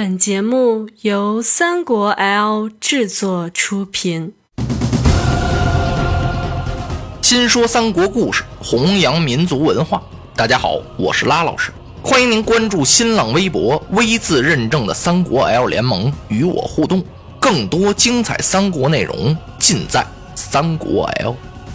本节目由三国 L 制作出品。 新说三国故事，弘扬民族文化。大家好，我是拉老师，欢迎您关注新浪微博微字认证的三国 L 联盟，与我互动。更多精彩三国内容尽在三国 L。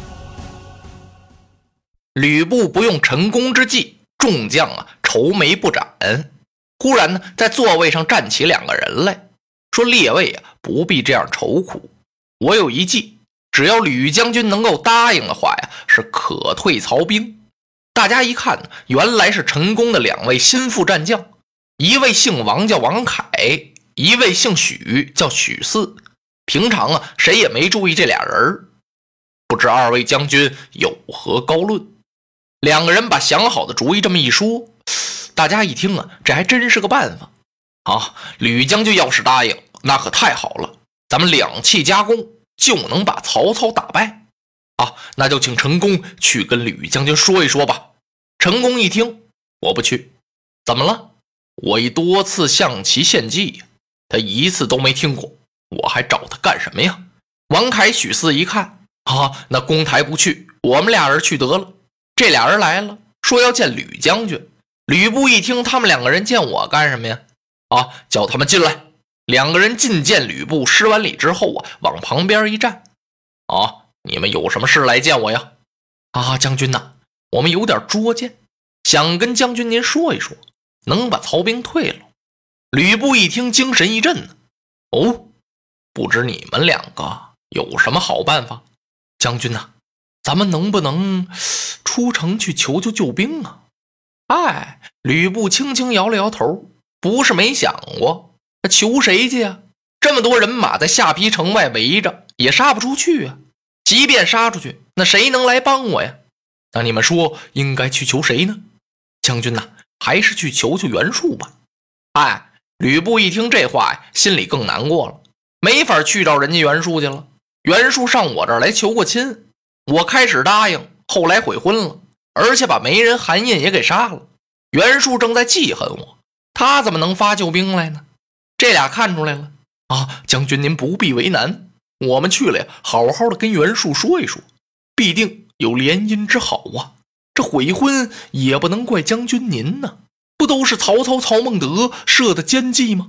吕布不用陈宫之计，众将愁眉不展。忽然在座位上站起两个人来，说：“列位不必这样愁苦，我有一计，只要吕将军能够答应的话是可退曹兵。”大家一看，原来是陈宫的两位心腹战将，一位姓王叫王凯，一位姓许叫许四。平常谁也没注意这俩人，不知二位将军有何高论？两个人把想好的主意这么一说，大家一听这还真是个办法啊！吕将军要是答应，那可太好了，咱们两气夹攻，就能把曹操打败啊！那就请陈宫去跟吕将军说一说吧。陈宫一听，我不去。怎么了？我已多次向其献计，他一次都没听过，我还找他干什么呀？王凯、许四一看那公台不去，我们俩人去得了。这俩人来了，说要见吕将军。吕布一听，他们两个人见我干什么呀？叫他们进来。两个人进见吕布，施完礼之后往旁边一站。你们有什么事来见我呀？将军呐，我们有点拙见，想跟将军您说一说，能把曹兵退了。吕布一听，精神一振不知你们两个有什么好办法？将军呐，咱们能不能出城去求求救兵啊？吕布轻轻摇了摇头，不是没想过，求谁去呀？这么多人马在下邳城外围着，也杀不出去啊！即便杀出去，那谁能来帮我呀？那你们说应该去求谁呢？将军呐，还是去求求袁术吧。吕布一听这话心里更难过了，没法去找人家袁术去了。袁术上我这儿来求过亲，我开始答应，后来悔婚了，而且把媒人韩印也给杀了。袁术正在记恨我，他怎么能发救兵来呢？这俩看出来了将军您不必为难，我们去了呀，好好的跟袁术说一说，必定有联姻之好啊。这悔婚也不能怪将军您呢，不都是曹操、曹孟德设的奸计吗？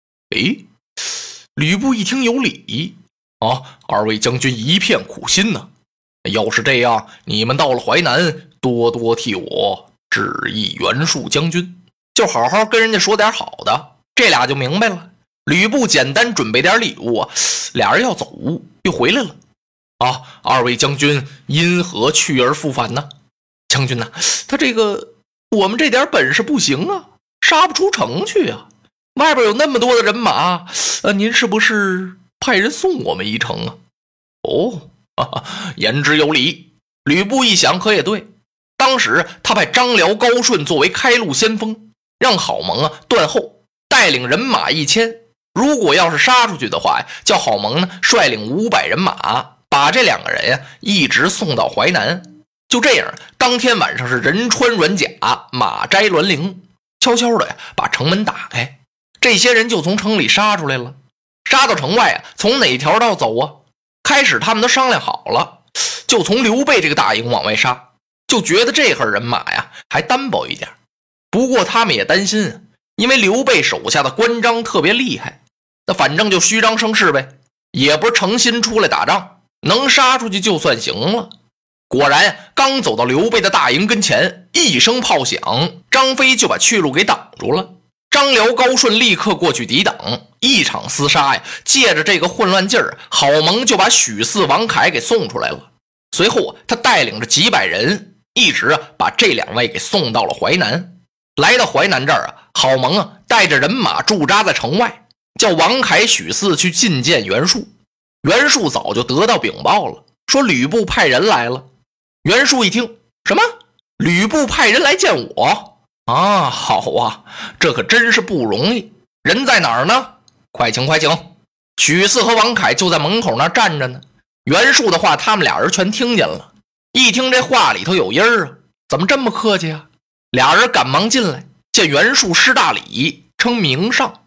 吕布一听有理二位将军一片苦心呢。要是这样，你们到了淮南，多多替我致意袁术将军，就好好跟人家说点好的。这俩就明白了。吕布简单准备点礼物俩人要走又回来了二位将军因何去而复返呢？将军呐，他我们这点本事不行杀不出城去外边有那么多的人马您是不是派人送我们一程言之有理。吕布一想，可也对，当时他派张辽、高顺作为开路先锋，让郝萌段后带领人马1000，如果要是杀出去的话，叫郝萌率领500人马，把这两个人一直送到淮南。就这样，当天晚上是人穿软甲，马摘銮铃，悄悄的把城门打开，这些人就从城里杀出来了。杀到城外从哪条道走开始他们都商量好了，就从刘备这个大营往外杀，就觉得这号人马还单薄一点。不过他们也担心因为刘备手下的关张特别厉害，那反正就虚张声势呗，也不是诚心出来打仗，能杀出去就算行了。果然刚走到刘备的大营跟前，一声炮响，张飞就把去路给挡住了。张辽、高顺立刻过去抵挡，一场厮杀借着这个混乱劲儿，郝萌就把许四、王凯给送出来了。随后他带领着几百人，一直把这两位给送到了淮南。来到淮南这儿郝萌带着人马驻扎在城外，叫王凯、许四去觐见袁术。袁术早就得到禀报了，说吕布派人来了。袁术一听，什么？吕布派人来见我好这可真是不容易。人在哪儿呢？快请快请。许四和王凯就在门口那站着呢。袁术的话他们俩人全听见了，一听这话里头有音儿怎么这么客气俩人赶忙进来，见袁术施大礼，称名上。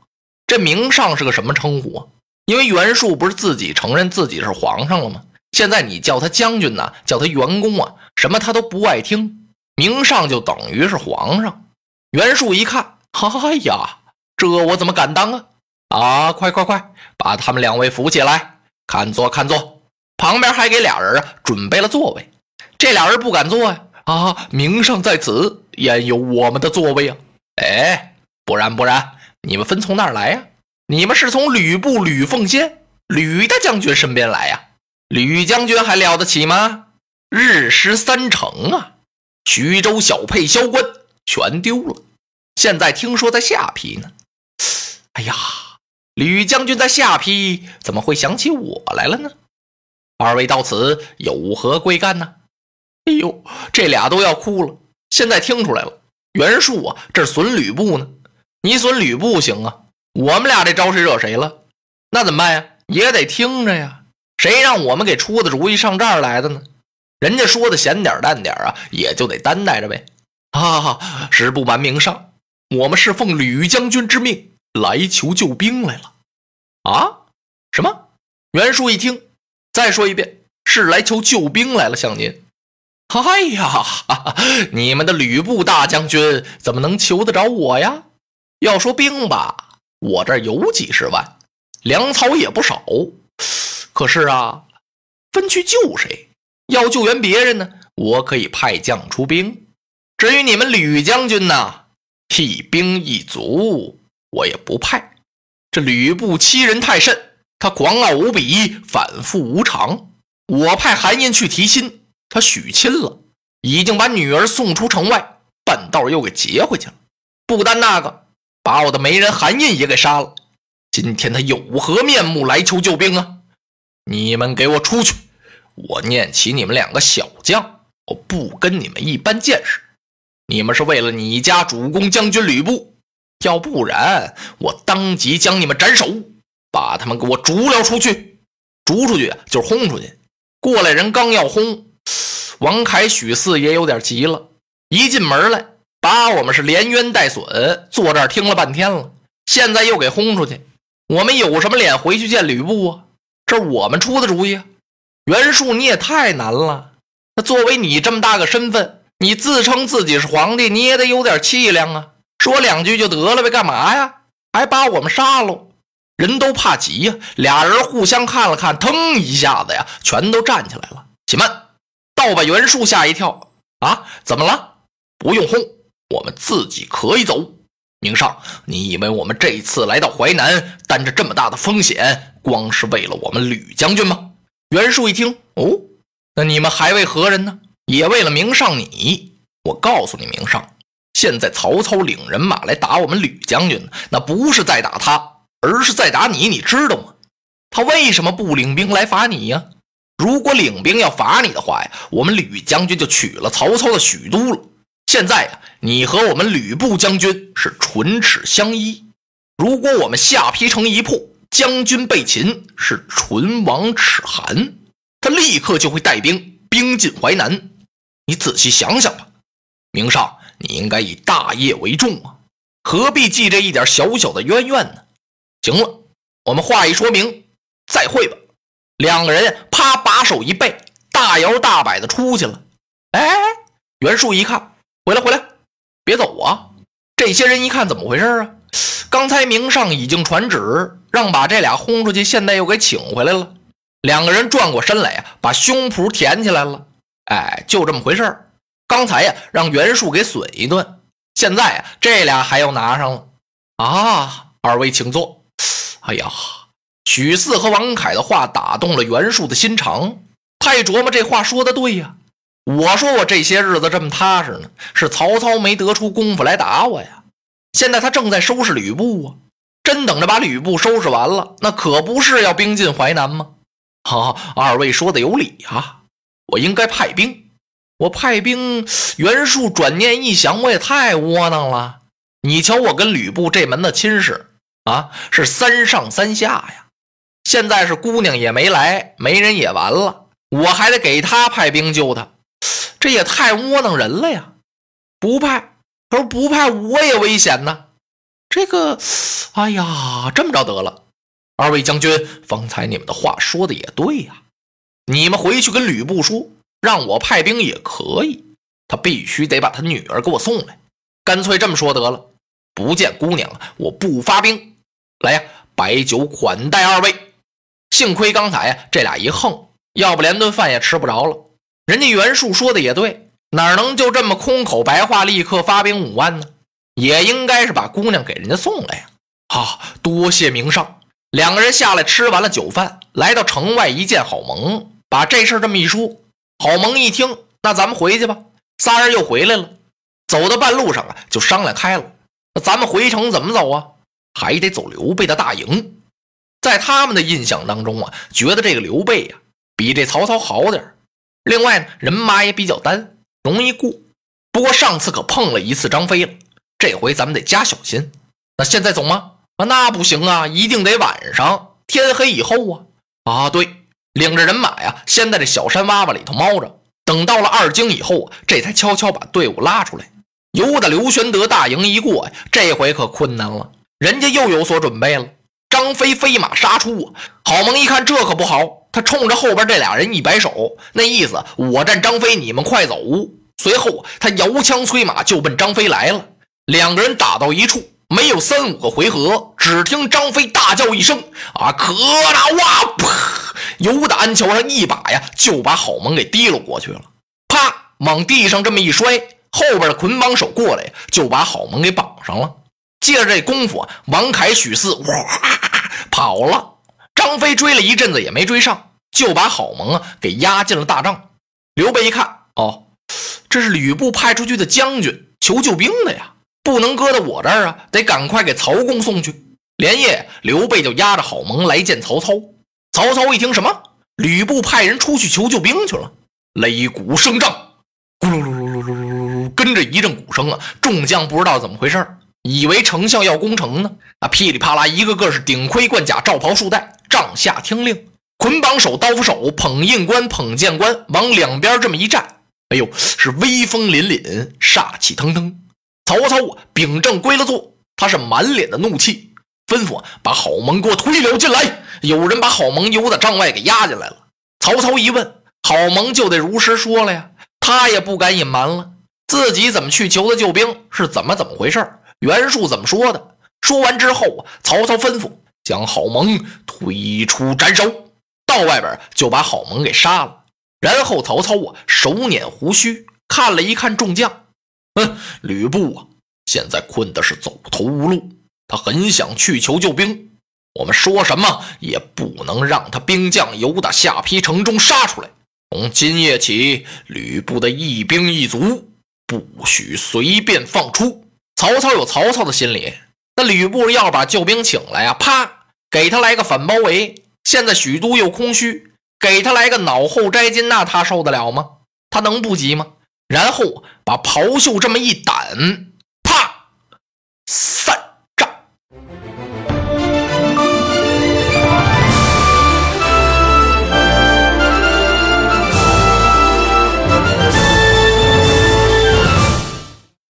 这名上是个什么称呼啊？因为袁术不是自己承认自己是皇上了吗？现在你叫他将军呐，叫他元公啊，什么他都不爱听，名上就等于是皇上。袁术一看，哎呀，这我怎么敢当啊？啊，快，把他们两位扶起来，看坐。旁边还给俩人准备了座位。这俩人不敢坐呀，名上在此，焉有我们的座位啊？哎，不然，你们分从哪儿来呀？你们是从吕布吕奉先吕大将军身边来呀？吕将军还了得起吗？日失3城啊，徐州小沛萧关全丢了，现在听说在下邳呢。哎呀，吕将军在下邳怎么会想起我来了呢？二位到此有何贵干呢？哎呦，这俩都要哭了。现在听出来了，袁术啊，这是损吕布呢。你损吕布行啊，我们俩这招谁惹谁了？那怎么办呀？也得听着呀。谁让我们给出的主意上这儿来的呢？人家说的闲点淡点啊，也就得担待着呗。实不瞒名上，我们是奉吕将军之命来求救兵来了。啊？什么？袁术一听，再说一遍，是来求救兵来了，向您。哎呀，你们的吕布大将军怎么能求得着我呀？要说兵吧，我这儿有几十万，粮草也不少，可是啊，分去救谁？要救援别人呢，我可以派将出兵。至于你们吕将军呢，一兵一卒我也不派。这吕布欺人太甚，他狂傲无比，反复无常。我派韩印去提亲，他许亲了，已经把女儿送出城外，半道又给劫回去了。不单那个，把我的媒人韩印也给杀了。今天他有何面目来求救兵啊？你们给我出去！我念起你们两个小将，我不跟你们一般见识。你们是为了你家主公将军吕布，要不然我当即将你们斩首，把他们给我逐了出去。逐出去就是轰出去。过来人刚要轰，王凯许四也有点急了，一进门来把我们是连冤带损，坐这儿听了半天了，现在又给轰出去，我们有什么脸回去见吕布啊？这是我们出的主意啊！袁术你也太难了，那作为你这么大个身份，你自称自己是皇帝，你也得有点气量啊，说两句就得了呗，干嘛呀？还把我们杀了，人都怕急呀。俩人互相看了看，腾一下子呀，全都站起来了。且慢，倒把袁术吓一跳啊！怎么了？不用轰，我们自己可以走。明上，你以为我们这一次来到淮南，担着这么大的风险，光是为了我们吕将军吗？袁术一听，哦，那你们还为何人呢？也为了明上你。我告诉你，明上，现在曹操领人马来打我们吕将军，那不是在打他，而是在打你，你知道吗？他为什么不领兵来罚你呀？如果领兵要罚你的话呀，我们吕将军就取了曹操的许都了。现在呀，你和我们吕布将军是唇齿相依，如果我们下邳城一破，将军被擒，是唇亡齿寒，他立刻就会带兵进淮南。你仔细想想吧，明上，你应该以大业为重啊，何必记这一点小小的冤怨呢？行了，我们话一说明，再会吧。两个人啪把手一背，大摇大摆的出去了。哎，袁术一看，回来，别走啊！这些人一看怎么回事啊？刚才明上已经传旨让把这俩轰出去，现在又给请回来了。两个人转过身来呀，把胸脯填起来了。哎，就这么回事。刚才呀让袁术给损一顿，现在呀这俩还要拿上了啊！二位请坐。哎呀，许四和王凯的话打动了袁术的心肠，太琢磨这话说的对呀。我说我这些日子这么踏实呢，是曹操没得出功夫来打我呀。现在他正在收拾吕布啊，真等着把吕布收拾完了，那可不是要兵进淮南吗？二位说的有理啊，我应该派兵。我派兵，袁术转念一想，我也太窝囊了。你瞧我跟吕布这门的亲事啊，是三上三下呀。现在是姑娘也没来，媒人也完了，我还得给他派兵救他，这也太窝囊人了呀。不派，可是不派我也危险呢。 哎呀，这么着得了，二位将军，方才你们的话说的也对呀，你们回去跟吕布说，让我派兵也可以，他必须得把他女儿给我送来，干脆这么说得了，不见姑娘我不发兵，来呀，摆酒款待二位。幸亏刚才这俩一横，要不连顿饭也吃不着了。人家袁术说的也对，哪能就这么空口白话立刻发兵5万呢？也应该是把姑娘给人家送来呀。多谢明上。两个人下来吃完了酒饭，来到城外一见郝萌，把这事这么一说。郝萌一听，那咱们回去吧。仨人又回来了，走到半路上就商量开了，那咱们回城怎么走啊？还得走刘备的大营。在他们的印象当中觉得这个刘备比这曹操好点。另外呢，人马也比较单，容易过。不过上次可碰了一次张飞了，这回咱们得加小心。那现在走吗？那不行啊，一定得晚上，天黑以后对，领着人马先在这小山洼洼里头猫着，等到了2更以后这才悄悄把队伍拉出来。由得刘玄德大营一过这回可困难了，人家又有所准备了。张飞飞马杀出郝萌一看这可不好，他冲着后边这俩人一摆手，那意思我战张飞，你们快走。随后他摇枪催马就奔张飞来了。两个人打到一处，没有3、5个回合，只听张飞大叫一声可拉哇，由得鞍桥上一把就把郝萌给提了过去了。啪，往地上这么一摔，后边的捆绑手过来就把郝萌给绑上了。借着这功夫王凯、许四跑了。张飞追了一阵子也没追上，就把郝萌给押进了大帐。刘备一看，这是吕布派出去的将军，求救兵的呀，不能搁到我这儿得赶快给曹公送去。连夜刘备就押着郝萌来见曹操。曹操一听，什么？吕布派人出去求救兵去了？擂鼓声仗，咕噜噜噜噜噜噜，跟着一阵鼓声众将不知道怎么回事，以为丞相要攻城呢。噼里啪啦，一个个是顶盔贯甲，罩袍束带，帐下听令，捆绑手、刀斧手，捧印官、捧剑官，往两边这么一站，是威风凛凛，煞气腾腾。曹操秉正归了座，他是满脸的怒气，吩咐把郝萌给我推了进来。有人把郝萌由到帐外给押进来了。曹操一问，郝萌就得如实说了呀，他也不敢隐瞒了，自己怎么去求的救兵，是怎么回事，袁术怎么说的。说完之后曹操吩咐将郝萌推出斩首，到外边就把郝萌给杀了。然后曹操手捻胡须，看了一看众将，吕布现在困的是走投无路，他很想去求救兵，我们说什么也不能让他兵将由打下邳城中杀出来。从今夜起，吕布的一兵一卒不许随便放出。曹操有曹操的心理，那吕布要把救兵请来啪，给他来个反包围。现在许都又空虚，给他来个脑后摘金，那他受得了吗？他能不急吗？然后把袍袖这么一掸，